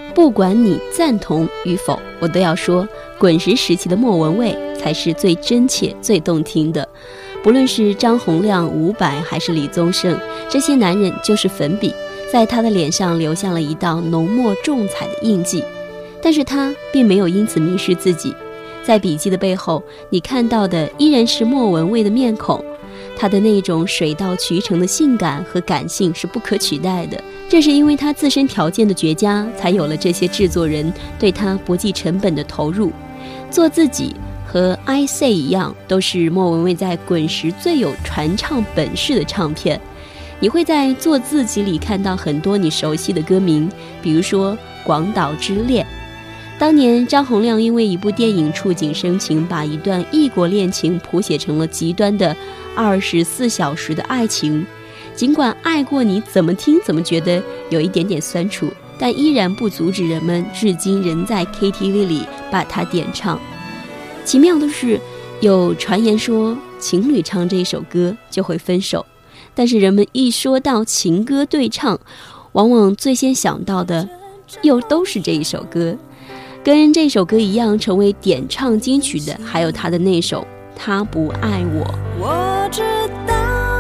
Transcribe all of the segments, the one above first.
不管你赞同与否，我都要说，滚石时期的莫文蔚才是最真切、最动听的。不论是张洪量、伍佰还是李宗盛，这些男人就是粉笔，在他的脸上留下了一道浓墨重彩的印记。但是他并没有因此迷失自己，在笔记的背后，你看到的依然是莫文蔚的面孔，他的那种水到渠成的性感和感性是不可取代的。正是因为他自身条件的绝佳，才有了这些制作人对他不计成本的投入。做自己和 I Say 一样，都是莫文蔚在滚石最有传唱本事的唱片。你会在做自己里看到很多你熟悉的歌名，比如说广岛之恋。当年张洪量因为一部电影触景生情，把一段异国恋情谱写成了极端的24小时的爱情。尽管爱过你怎么听怎么觉得有一点点酸楚，但依然不阻止人们至今仍在 KTV 里把它点唱。奇妙的是，有传言说情侣唱这首歌就会分手，但是人们一说到情歌对唱，往往最先想到的又都是这一首歌。跟这首歌一样成为点唱金曲的，还有他的那首《他不爱我》。 我知道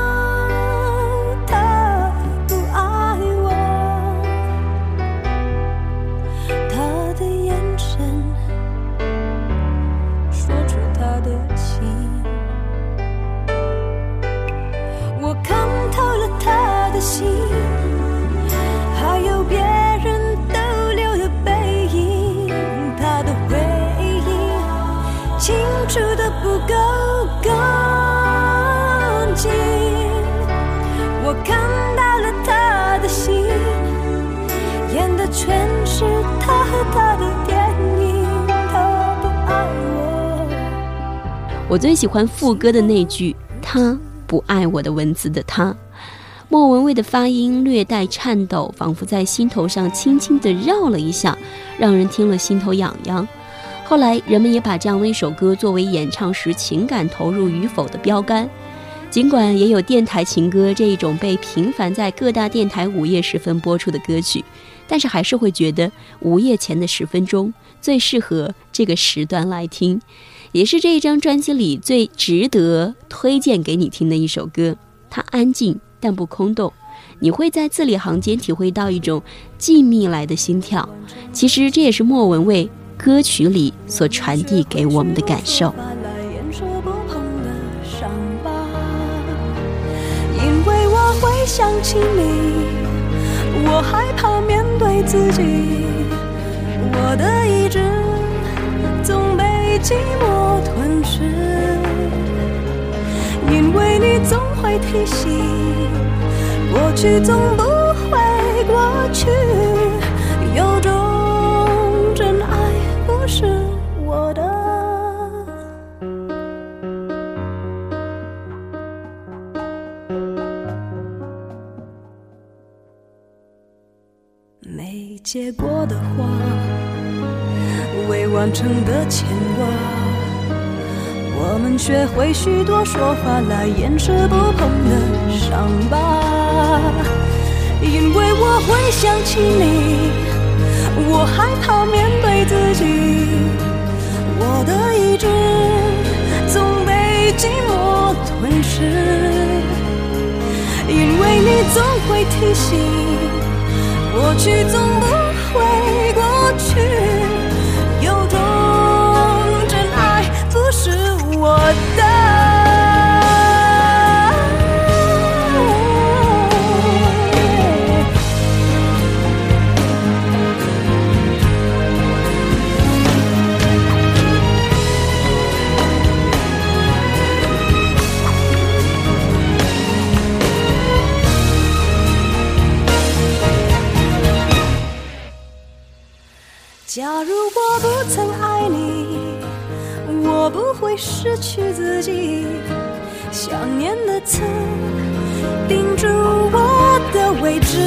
他不爱我，他的眼神说出他的情，我看透了他的心，还有别人逗留的背影，他的回忆清楚的不够干净，我看到了他的心，演的全是他和他的电影，他不爱我。 我最喜欢副歌的那句他不爱我的文字的他，莫文蔚的发音略带颤抖，仿佛在心头上轻轻地绕了一下，让人听了心头痒痒。后来人们也把这样的一首歌作为演唱时情感投入与否的标杆。尽管也有电台情歌这一种被频繁在各大电台午夜时分播出的歌曲，但是还是会觉得午夜前的10分钟最适合这个时段来听，也是这一张专辑里最值得推荐给你听的一首歌。它安静但不空洞，你会在字里行间体会到一种静谧来的心跳。其实这也是莫文蔚歌曲里所传递给我们的感受。 因为我会想起你，我害怕面对自己，我的意志总被寂寞吞噬，因为你总会提醒，过去总不会过去，有种真爱不是我的。没结果的花，未完成的牵挂，我们学会许多说法来掩饰不碰的伤疤。因为我会想起你，我害怕面对自己，我的意志总被寂寞吞噬，因为你总会提醒，过去总不会过去，有种真爱不是我的。假如我不曾爱你，我不会失去自己，想念的刺钉住我的位置，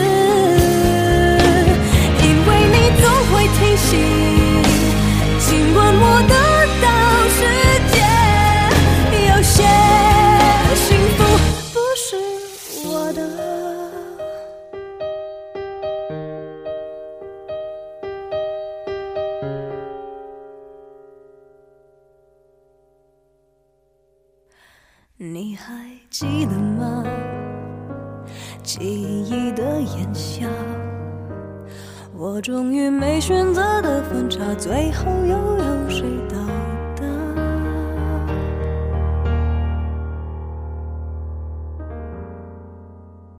因为你总会提醒，尽管我得到世界，有些幸福不是我的。 你还记得吗？记忆的炎夏，我终于没选择的分岔，最后又有谁